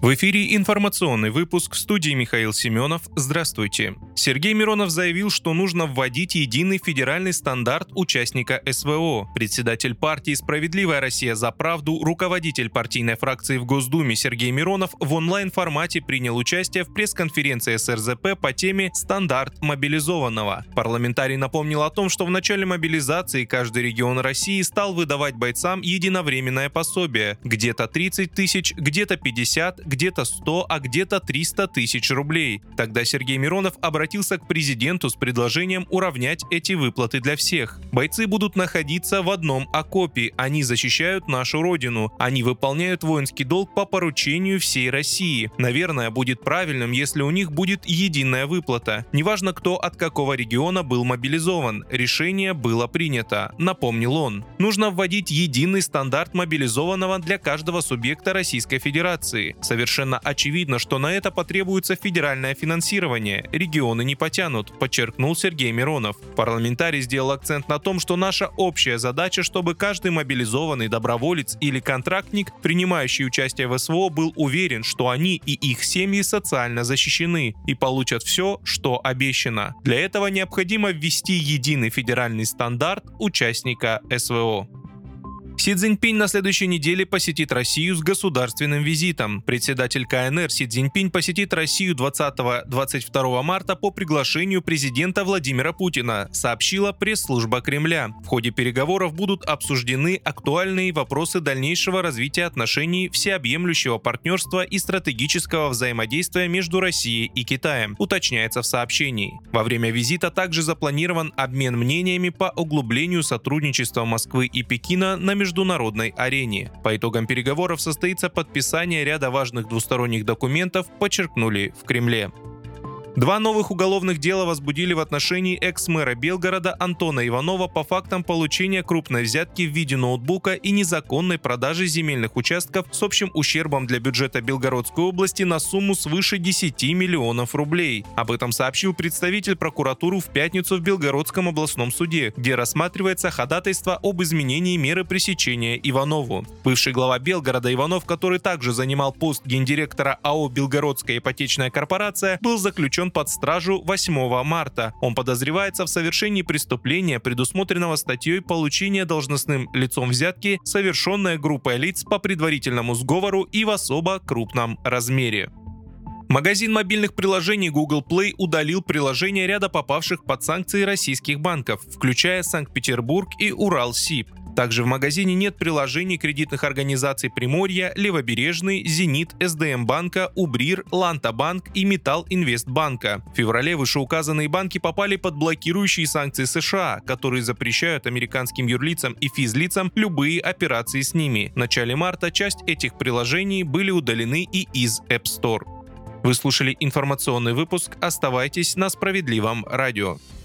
В эфире информационный выпуск, в студии Михаил Семенов. Здравствуйте. Сергей Миронов заявил, что нужно вводить единый федеральный стандарт участника СВО. Председатель партии «Справедливая Россия за правду», руководитель партийной фракции в Госдуме Сергей Миронов в онлайн-формате принял участие в пресс-конференции СРЗП по теме «Стандарт мобилизованного». Парламентарий напомнил о том, что в начале мобилизации каждый регион России стал выдавать бойцам единовременное пособие. Где-то 30 тысяч, где-то 50, где-то 100, а где-то 300 тысяч рублей. Тогда Сергей Миронов обратился к президенту с предложением уравнять эти выплаты для всех. Бойцы будут находиться в одном окопе, они защищают нашу родину, они выполняют воинский долг по поручению всей России. Наверное, будет правильным, если у них будет единая выплата. Неважно, кто от какого региона был мобилизован, решение было принято, напомнил он. Нужно вводить единый стандарт мобилизованного для каждого субъекта Российской Федерации. Совершенно очевидно, что на это потребуется федеральное финансирование. Регионы не потянут, подчеркнул Сергей Миронов. Парламентарий сделал акцент на том, что наша общая задача, чтобы каждый мобилизованный доброволец или контрактник, принимающий участие в СВО, был уверен, что они и их семьи социально защищены и получат все, что обещано. Для этого необходимо ввести единый федеральный стандарт участника СВО. Си Цзиньпинь на следующей неделе посетит Россию с государственным визитом. Председатель КНР Си Цзиньпинь посетит Россию 20-22 марта по приглашению президента Владимира Путина, сообщила пресс-служба Кремля. В ходе переговоров будут обсуждены актуальные вопросы дальнейшего развития отношений, всеобъемлющего партнерства и стратегического взаимодействия между Россией и Китаем, уточняется в сообщении. Во время визита также запланирован обмен мнениями по углублению сотрудничества Москвы и Пекина на международной арене. По итогам переговоров состоится подписание ряда важных двусторонних документов, подчеркнули в Кремле. Два новых уголовных дела возбудили в отношении экс-мэра Белгорода Антона Иванова по фактам получения крупной взятки в виде ноутбука и незаконной продажи земельных участков с общим ущербом для бюджета Белгородской области на сумму свыше 10 миллионов рублей. Об этом сообщил представитель прокуратуры в пятницу в Белгородском областном суде, где рассматривается ходатайство об изменении меры пресечения Иванову. Бывший глава Белгорода Иванов, который также занимал пост гендиректора АО «Белгородская ипотечная корпорация», был заключен под стражу 8 марта. Он подозревается в совершении преступления, предусмотренного статьей «Получение должностным лицом взятки, совершенное группой лиц по предварительному сговору и в особо крупном размере». Магазин мобильных приложений Google Play удалил приложения ряда попавших под санкции российских банков, включая Санкт-Петербург и Уралсиб. Также в магазине нет приложений кредитных организаций Приморья, Левобережный, Зенит, СДМ-банка, Убрир, Ланта-банк и Металл-Инвестбанка. В феврале вышеуказанные банки попали под блокирующие санкции США, которые запрещают американским юрлицам и физлицам любые операции с ними. В начале марта часть этих приложений были удалены и из App Store. Вы слушали информационный выпуск. Оставайтесь на Справедливом радио.